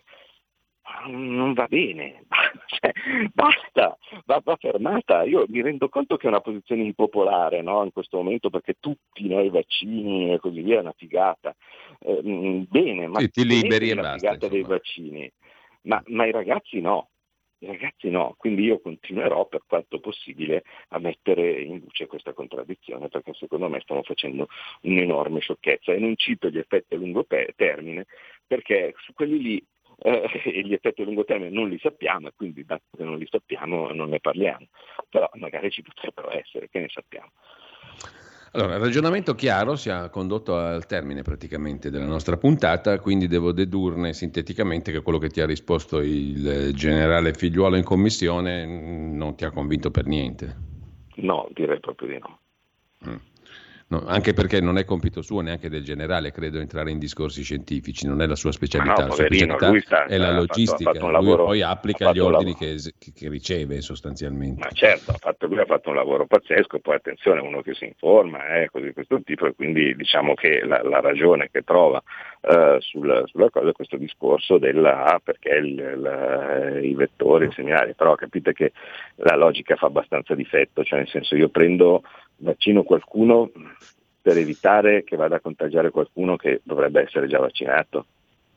Non va bene, cioè, basta, va, va fermata. Io mi rendo conto che è una posizione impopolare, no, in questo momento, perché tutti noi vaccini e così via è una figata. Eh, bene, ma sì, ti liberi e la basta, figata insomma. dei vaccini, ma, ma i ragazzi no. I ragazzi no, quindi io continuerò per quanto possibile a mettere in luce questa contraddizione, perché secondo me stiamo facendo un'enorme sciocchezza, e non cito gli effetti a lungo termine, perché su quelli lì eh, gli effetti a lungo termine non li sappiamo, e quindi dato che non li sappiamo non ne parliamo, però magari ci potrebbero essere, che ne sappiamo. Allora, il ragionamento chiaro si è condotto al termine praticamente della nostra puntata, quindi devo dedurne sinteticamente che quello che ti ha risposto il generale Figliuolo in commissione non ti ha convinto per niente. No, direi proprio di no. Mm. No, anche perché non è compito suo, neanche del generale, credo, entrare in discorsi scientifici, non è la sua specialità, no, la sua poverino, specialità lui sta, è la logistica, ha fatto, ha fatto un lavoro, lui poi applica gli ordini che, che riceve sostanzialmente. Ma certo, ha fatto, lui ha fatto un lavoro pazzesco, poi attenzione, uno che si informa, eh, così di questo tipo, e quindi diciamo che la, la ragione che trova uh, sul, sulla cosa è questo discorso della ah, perché il, la, i vettori, i segnali, però capite che la logica fa abbastanza difetto, cioè nel senso, io prendo, vaccino qualcuno per evitare che vada a contagiare qualcuno che dovrebbe essere già vaccinato.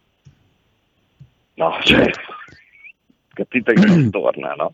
No, cioè, capite che non torna, no?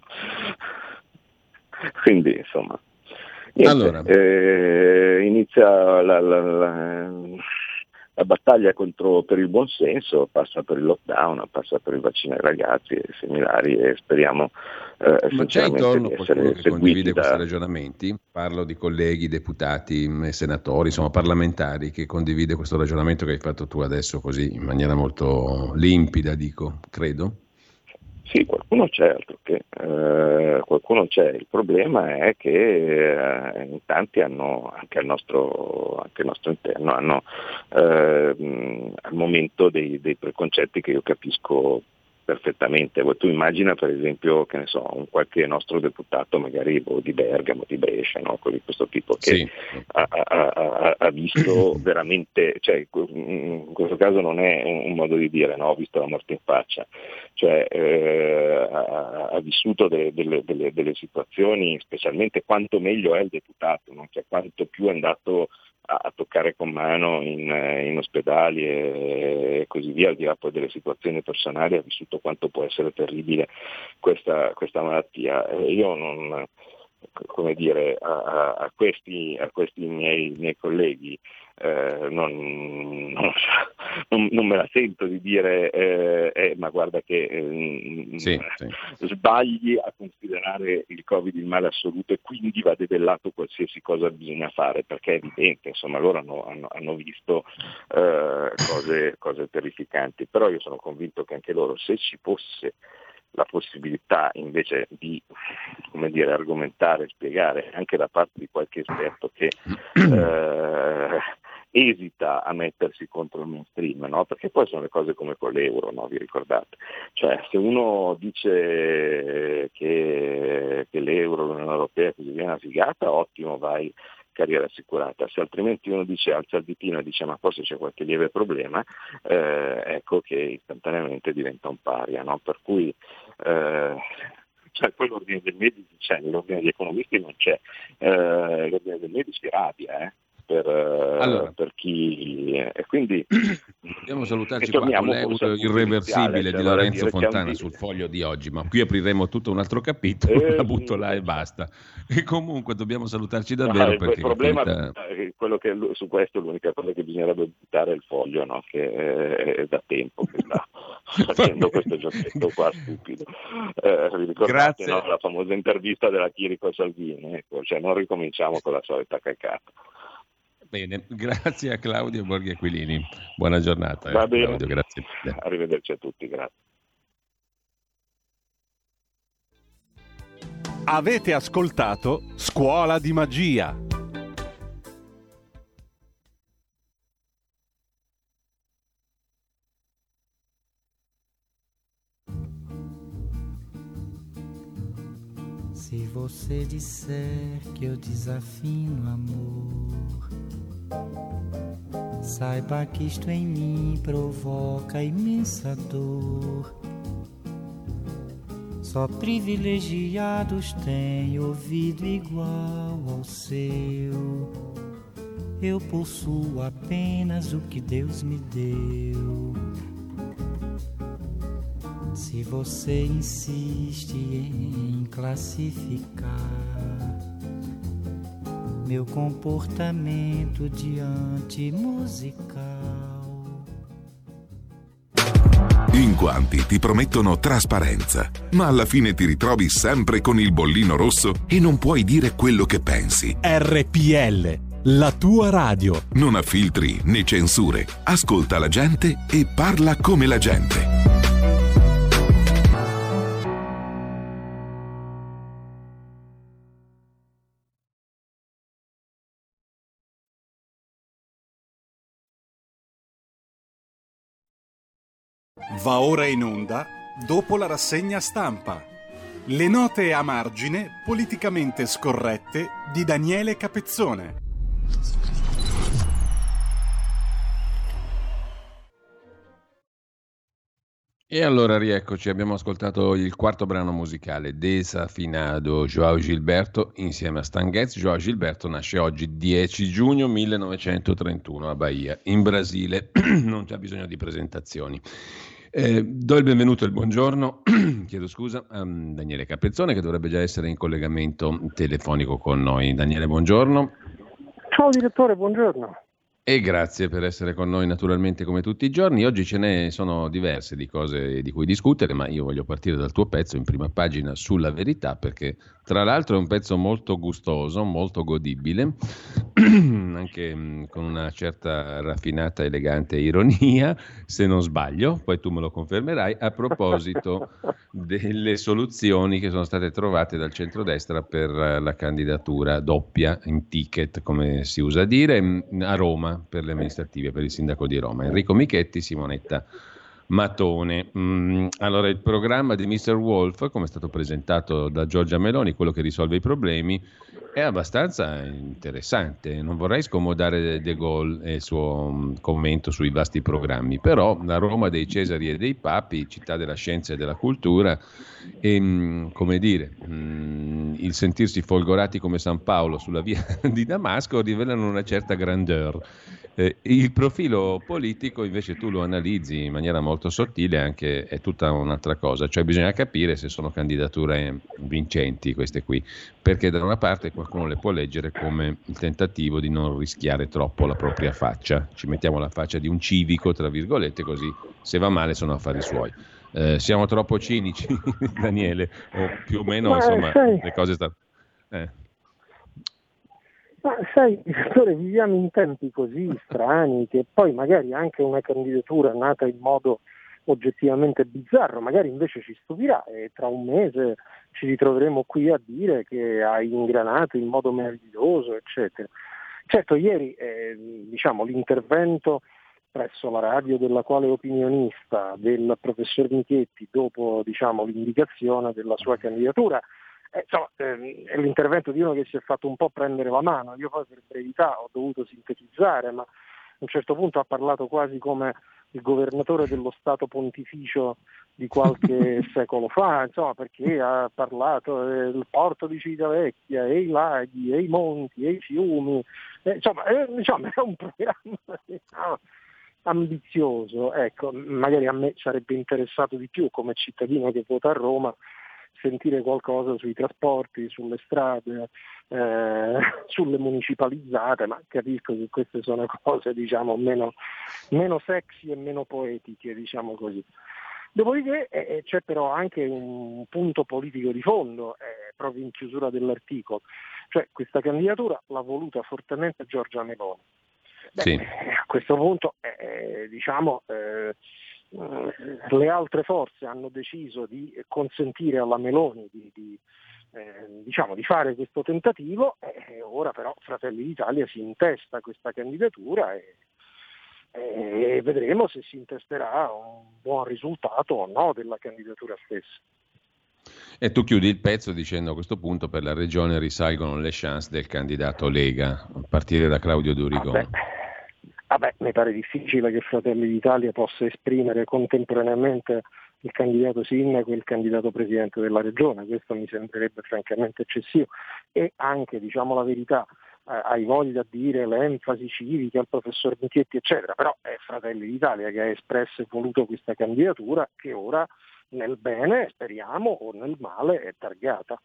Quindi, insomma, niente, allora. eh, inizia la, la, la, la battaglia contro, per il buonsenso, passa per il lockdown, passa per il vaccino ai ragazzi e similari, e speriamo eh, Ma c'è intorno di qualcuno essere che condivide da... questi ragionamenti? Parlo di colleghi, deputati, senatori, insomma parlamentari, che condivide questo ragionamento che hai fatto tu adesso così in maniera molto limpida, dico, credo. Sì, qualcuno c'è, altro che, eh, qualcuno c'è, il problema è che eh, in tanti hanno, anche al nostro, anche al nostro interno, hanno eh, al momento dei, dei preconcetti che io capisco perfettamente. Tu immagina per esempio, che ne so, un qualche nostro deputato magari di Bergamo, di Brescia, no? Di questo tipo, che sì. ha, ha, ha, ha visto veramente, cioè in questo caso non è un modo di dire, no? Ho visto la morte in faccia, cioè eh, ha, ha vissuto delle, delle, delle, delle situazioni, specialmente quanto meglio è il deputato, no? Cioè quanto più è andato a toccare con mano in, in ospedali e così via, al di là poi delle situazioni personali, ha vissuto quanto può essere terribile questa, questa malattia. Io non, come dire, a, a, questi, a questi miei, miei colleghi, eh, non, non, non, non me la sento di dire eh, eh, ma guarda che eh, sì, sì. sbagli a considerare il Covid il male assoluto e quindi va debellato qualsiasi cosa bisogna fare, perché è evidente, insomma loro hanno, hanno, hanno visto eh, cose, cose terrificanti, però io sono convinto che anche loro, se ci fosse la possibilità invece di, come dire, argomentare, spiegare anche da parte di qualche esperto che eh, esita a mettersi contro il mainstream, no? Perché poi sono le cose come con l'euro, no? Vi ricordate? Cioè se uno dice che, che l'euro, l'Unione Europea e così via è una figata, ottimo, vai, carriera assicurata. Se altrimenti uno dice, alza il ditino e dice ma forse c'è qualche lieve problema, eh, ecco che istantaneamente diventa un paria, no? Per cui eh, cioè poi l'ordine dei medici c'è, l'ordine degli economisti non c'è, eh, l'ordine dei medici rabbia, eh, per, allora, per chi e quindi dobbiamo salutarci qua con l'euro irreversibile cioè, di Lorenzo Fontana di... sul Foglio di oggi, ma qui apriremo tutto un altro capitolo, eh, la butto là e basta. E comunque dobbiamo salutarci davvero, no, perché il problema finita... è quello che su questo l'unica cosa che bisognerebbe buttare è il Foglio, no? Che è, è da tempo che sta facendo questo giochetto qua stupido. Eh, vi ricordate, no? La famosa intervista della Chirico Salvini, ecco, cioè non ricominciamo con la solita cacata. Bene, grazie a Claudio Borghi Aquilini. Buona giornata. Va eh, bene. Claudio, grazie. Arrivederci a tutti, grazie. Avete ascoltato Scuola di Magia. Se você disser que eu desafino amor, saiba que isto em mim provoca imensa dor. Só privilegiados têm ouvido igual ao seu. Eu possuo apenas o que Deus me deu. Se você insiste em classificar meu comportamento diante musical. In quanti ti promettono trasparenza, ma alla fine ti ritrovi sempre con il bollino rosso e non puoi dire quello che pensi. R P L, la tua radio. Non ha filtri né censure. Ascolta la gente e parla come la gente. Va ora in onda, dopo la rassegna stampa, le note a margine politicamente scorrette di Daniele Capezzone. E allora rieccoci, abbiamo ascoltato il quarto brano musicale, Desafinado, João Gilberto insieme a Stan Getz. João Gilberto nasce oggi dieci giugno millenovecentotrentuno a Bahia, in Brasile. Non c'è bisogno di presentazioni. Eh, do il benvenuto e il buongiorno, chiedo scusa, a Daniele Capezzone, che dovrebbe già essere in collegamento telefonico con noi. Daniele, buongiorno. Ciao direttore, buongiorno. E grazie per essere con noi naturalmente come tutti i giorni. Oggi ce ne sono diverse di cose di cui discutere, ma io voglio partire dal tuo pezzo in prima pagina sulla Verità, perché tra l'altro è un pezzo molto gustoso, molto godibile, anche mh, con una certa raffinata, elegante ironia, se non sbaglio, poi tu me lo confermerai, a proposito delle soluzioni che sono state trovate dal centrodestra per la candidatura doppia in ticket, come si usa dire, a Roma per le amministrative, per il sindaco di Roma, Enrico Michetti, Simonetta Matone. Mm, allora, il programma di mister Wolf, come è stato presentato da Giorgia Meloni, quello che risolve i problemi, è abbastanza interessante. Non vorrei scomodare De Gaulle e il suo um, commento sui vasti programmi, però la Roma dei Cesari e dei Papi, città della scienza e della cultura, e, um, come dire, um, il sentirsi folgorati come San Paolo sulla via di Damasco rivelano una certa grandeur. Eh, il profilo politico invece tu lo analizzi in maniera molto sottile, anche è tutta un'altra cosa, cioè bisogna capire se sono candidature vincenti queste qui, perché da una parte qualcuno le può leggere come il tentativo di non rischiare troppo la propria faccia, ci mettiamo la faccia di un civico tra virgolette, così se va male sono affari suoi. Eh, siamo troppo cinici, Daniele, o più o meno, Ma, insomma, sai, le cose stanno... Eh. Ma sai, direttore, viviamo in tempi così strani che poi magari anche una candidatura nata in modo oggettivamente bizzarro, magari invece ci stupirà e tra un mese ci ritroveremo qui a dire che hai ingranato in modo meraviglioso, eccetera. Certo, ieri eh, diciamo, l'intervento presso la radio della quale opinionista del professor Michetti dopo diciamo, l'indicazione della sua candidatura, eh, insomma, eh, è l'intervento di uno che si è fatto un po' prendere la mano. Io poi per brevità ho dovuto sintetizzare, ma a un certo punto ha parlato quasi come il governatore dello Stato pontificio di qualche secolo fa, insomma, perché ha parlato del porto di Civitavecchia e i laghi e i monti e i fiumi, eh, insomma, eh, diciamo, è un programma no, ambizioso, ecco, magari a me sarebbe interessato di più come cittadino che vota a Roma sentire qualcosa sui trasporti, sulle strade, eh, sulle municipalizzate, ma capisco che queste sono cose diciamo meno, meno sexy e meno poetiche, diciamo così. Dopodiché eh, c'è però anche un punto politico di fondo, eh, proprio in chiusura dell'articolo, cioè questa candidatura l'ha voluta fortemente Giorgia Meloni. Beh, sì. A questo punto eh, diciamo eh, le altre forze hanno deciso di consentire alla Meloni di, di, eh, diciamo, di fare questo tentativo e ora però Fratelli d'Italia si intesta questa candidatura e, e vedremo se si intesterà un buon risultato o no della candidatura stessa. E tu chiudi il pezzo dicendo a questo punto per la regione risalgono le chance del candidato Lega, a partire da Claudio Durigon. Ah, Vabbè, mi pare difficile che Fratelli d'Italia possa esprimere contemporaneamente il candidato sindaco e il candidato presidente della regione, questo mi sembrerebbe francamente eccessivo e anche, diciamo la verità, eh, hai voglia a dire l'enfasi civica al professor Michetti eccetera, però è Fratelli d'Italia che ha espresso e voluto questa candidatura che ora nel bene, speriamo, o nel male è targata.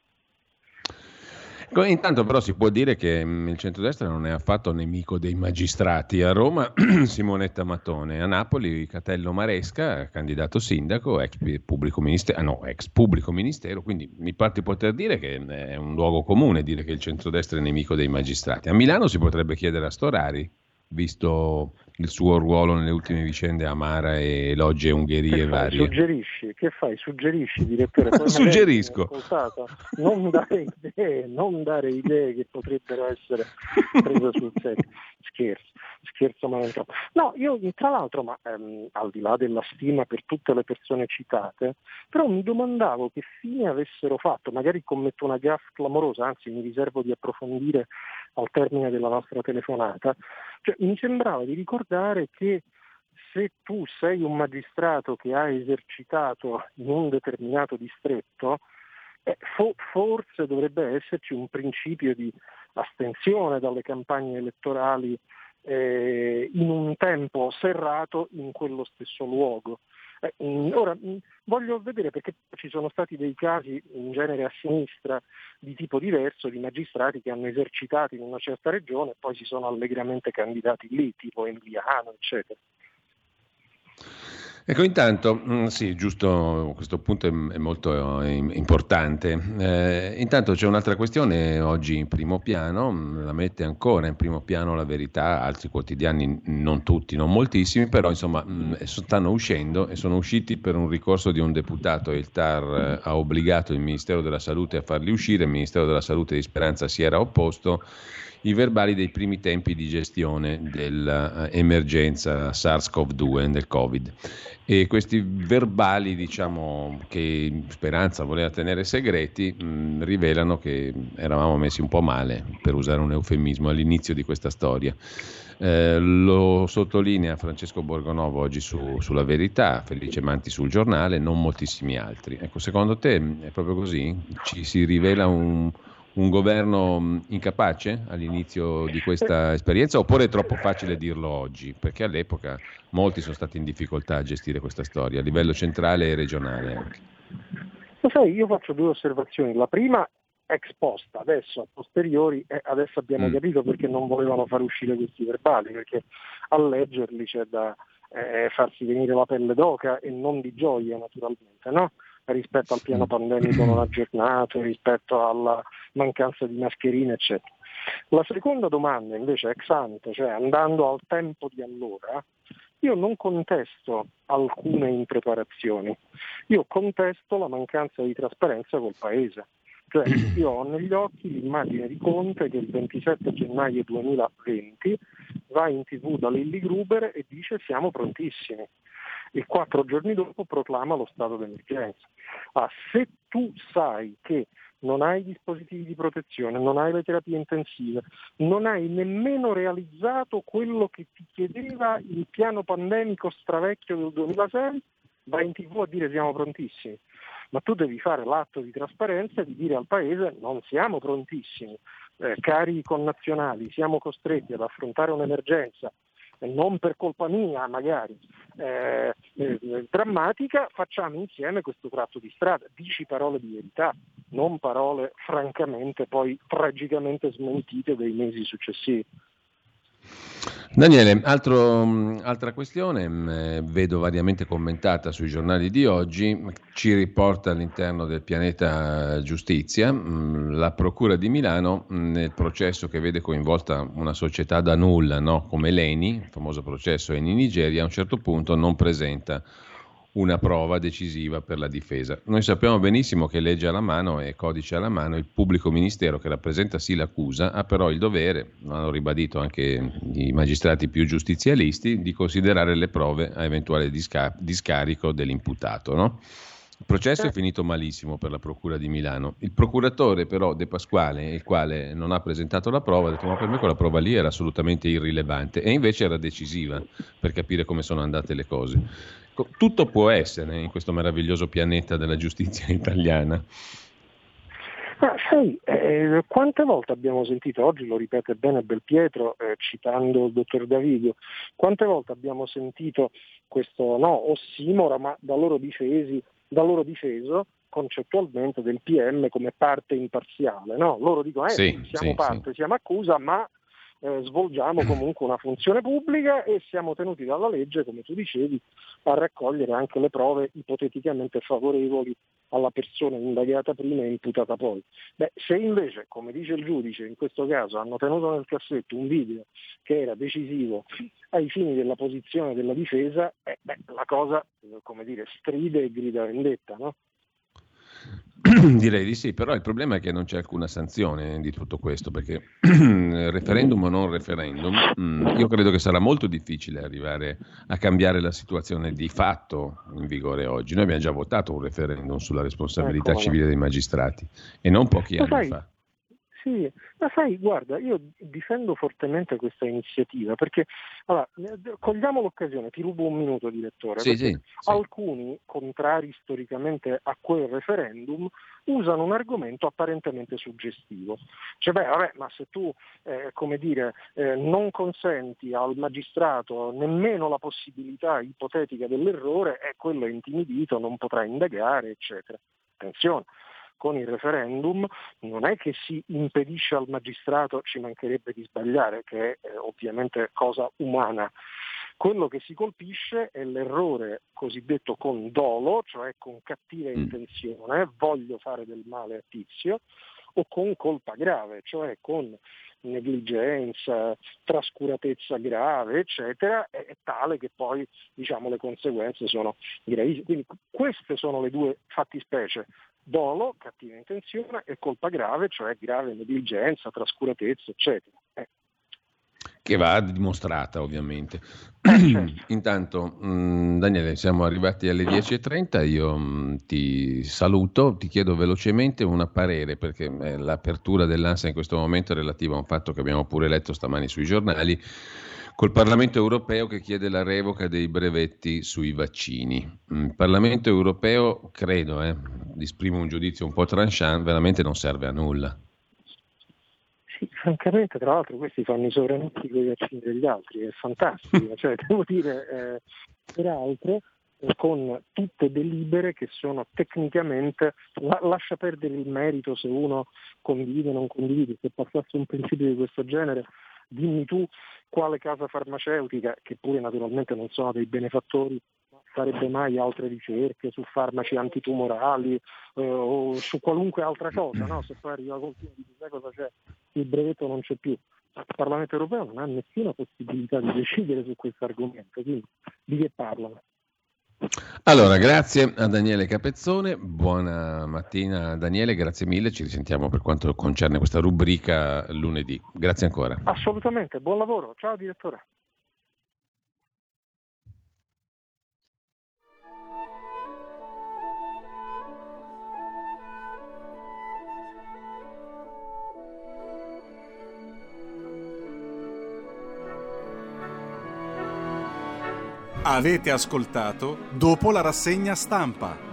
Intanto però si può dire che il centrodestra non è affatto nemico dei magistrati. A Roma Simonetta Mattone, a Napoli Catello Maresca, candidato sindaco, ex pubblico ministero, ah no, ex pubblico ministero, quindi mi pare di poter dire che è un luogo comune dire che il centrodestra è nemico dei magistrati. A Milano si potrebbe chiedere a Storari, visto il suo ruolo nelle ultime vicende Amara e Logge Ungherie varie. Suggerisci, che fai? Suggerisci, direttore? Poi Suggerisco. Non dare idee, non dare idee che potrebbero essere prese sul serio. Scherzo, scherzo ma non troppo. No, io tra l'altro, ma ehm, al di là della stima per tutte le persone citate, però mi domandavo che fine avessero fatto, magari commetto una gaffe clamorosa, anzi mi riservo di approfondire al termine della nostra telefonata, cioè, mi sembrava di ricordare che se tu sei un magistrato che ha esercitato in un determinato distretto, eh, fo- forse dovrebbe esserci un principio di astensione dalle campagne elettorali eh, in un tempo serrato in quello stesso luogo. Eh, ora voglio vedere, perché ci sono stati dei casi in genere a sinistra di tipo diverso di magistrati che hanno esercitato in una certa regione e poi si sono allegramente candidati lì, tipo Emiliano, eccetera. Ecco, intanto, sì, giusto, questo punto è, è molto eh, importante. Eh, intanto c'è un'altra questione oggi in primo piano, la mette ancora in primo piano La Verità, altri quotidiani, non tutti, non moltissimi, però insomma mh, stanno uscendo e sono usciti per un ricorso di un deputato. Il T A R eh, ha obbligato il Ministero della Salute a farli uscire, il Ministero della Salute di Speranza si era opposto. I verbali dei primi tempi di gestione dell'emergenza SARS-CoV due, del Covid. E questi verbali, diciamo, che Speranza voleva tenere segreti, mh, rivelano che eravamo messi un po' male, per usare un eufemismo, all'inizio di questa storia. Eh, lo sottolinea Francesco Borgonovo oggi su, sulla Verità, Felice Manti sul Giornale, non moltissimi altri. Ecco, secondo te è proprio così? Ci si rivela un... un governo incapace all'inizio di questa esperienza, oppure è troppo facile dirlo oggi? Perché all'epoca molti sono stati in difficoltà a gestire questa storia, a livello centrale e regionale anche. Lo sai, io faccio due osservazioni. La prima ex post, adesso a posteriori, e adesso abbiamo mm. capito perché non volevano far uscire questi verbali, perché a leggerli c'è da eh, farsi venire la pelle d'oca e non di gioia naturalmente, no? Rispetto al piano pandemico non aggiornato, rispetto alla mancanza di mascherine, eccetera. La seconda domanda invece ex ante, cioè andando al tempo di allora, io non contesto alcune impreparazioni, io contesto la mancanza di trasparenza col Paese. Cioè io ho negli occhi l'immagine di Conte che il ventisette gennaio duemilaventi va in tv da Lilli Gruber e dice siamo prontissimi. E quattro giorni dopo proclama lo stato d'emergenza. Ah, se tu sai che non hai dispositivi di protezione, non hai le terapie intensive, non hai nemmeno realizzato quello che ti chiedeva il piano pandemico stravecchio del duemilasei, vai in tv a dire siamo prontissimi. Ma tu devi fare l'atto di trasparenza e di dire al Paese non siamo prontissimi, eh, cari connazionali, siamo costretti ad affrontare un'emergenza, e non per colpa mia magari, eh, eh, drammatica, facciamo insieme questo tratto di strada, dici parole di verità, non parole francamente poi tragicamente smentite dei mesi successivi. Daniele, altro, altra questione, eh, vedo variamente commentata sui giornali di oggi, ci riporta all'interno del pianeta giustizia, mh, la Procura di Milano mh, nel processo che vede coinvolta una società da nulla, no? Come l'Eni, il famoso processo Eni Nigeria, a un certo punto non presenta una prova decisiva per la difesa. Noi sappiamo benissimo che legge alla mano e codice alla mano il pubblico ministero che rappresenta sì l'accusa, ha però il dovere, lo hanno ribadito anche i magistrati più giustizialisti, di considerare le prove a eventuale disca- discarico dell'imputato, no? Il processo è finito malissimo per la Procura di Milano. Il procuratore però De Pasquale, il quale non ha presentato la prova, ha detto ma per me quella prova lì era assolutamente irrilevante e invece era decisiva per capire come sono andate le cose. Tutto può essere in questo meraviglioso pianeta della giustizia italiana. Ma sai, eh, quante volte abbiamo sentito, oggi lo ripete bene Belpietro eh, citando il dottor Davigo, quante volte abbiamo sentito questo no, ossimoro, ma da loro difesi, da loro difeso concettualmente del P M come parte imparziale, no? Loro dicono eh, sì, siamo sì, parte, sì. siamo accusa, ma Eh, svolgiamo comunque una funzione pubblica e siamo tenuti dalla legge, come tu dicevi, a raccogliere anche le prove ipoteticamente favorevoli alla persona indagata prima e imputata poi. Beh, se invece, come dice il giudice, in questo caso hanno tenuto nel cassetto un video che era decisivo ai fini della posizione della difesa, eh, beh, la cosa, come dire, stride e grida vendetta, no? Direi di sì, però il problema è che non c'è alcuna sanzione di tutto questo, perché referendum o non referendum, io credo che sarà molto difficile arrivare a cambiare la situazione di fatto in vigore oggi. Noi abbiamo già votato un referendum sulla responsabilità ecco, civile dei magistrati e non pochi Ma anni sai, fa. Sì, ma sai, guarda, io difendo fortemente questa iniziativa perché, allora, cogliamo l'occasione, ti rubo un minuto, direttore, sì, perché sì, sì. alcuni, contrari storicamente a quel referendum, usano un argomento apparentemente suggestivo. Cioè, beh, vabbè, ma se tu, eh, come dire, eh, non consenti al magistrato nemmeno la possibilità ipotetica dell'errore, è quello è intimidito, non potrà indagare, eccetera. Attenzione. Con il referendum non è che si impedisce al magistrato, ci mancherebbe di sbagliare, che è eh, ovviamente cosa umana. Quello che si colpisce è l'errore cosiddetto con dolo, cioè con cattiva intenzione, voglio fare del male a tizio, o con colpa grave, cioè con negligenza, trascuratezza grave, eccetera, è, è tale che poi diciamo le conseguenze sono gravissime. Quindi queste sono le due fattispecie. Dolo, cattiva intenzione, e colpa grave, cioè grave negligenza, trascuratezza, eccetera. Eh. Che va dimostrata ovviamente. Eh, certo. Intanto, mh, Daniele, siamo arrivati alle dieci e trenta, io mh, ti saluto, ti chiedo velocemente un parere, perché eh, l'apertura dell'ANSA in questo momento è relativa a un fatto che abbiamo pure letto stamani sui giornali, col Parlamento europeo che chiede la revoca dei brevetti sui vaccini. Il Parlamento europeo, credo, eh, esprimo un giudizio un po' tranchant, veramente non serve a nulla. sì, francamente, tra l'altro questi fanno i sovranazzi con i vaccini degli altri, è fantastico, cioè devo dire, eh, peraltro eh, con tutte delibere che sono tecnicamente, la, lascia perdere il merito se uno condivide o non condivide, se passasse un principio di questo genere, dimmi tu quale casa farmaceutica, che pure naturalmente non sono dei benefattori, farebbe mai altre ricerche su farmaci antitumorali eh, o su qualunque altra cosa, no? Se poi arriva qualcuno e dice cosa c'è, il brevetto non c'è più. Il Parlamento europeo non ha nessuna possibilità di decidere su questo argomento, quindi di che parlano? Allora, grazie a Daniele Capezzone, buona mattina Daniele, grazie mille, ci risentiamo per quanto concerne questa rubrica lunedì. Grazie ancora. Assolutamente, buon lavoro, ciao direttore. Avete ascoltato Dopo la rassegna stampa,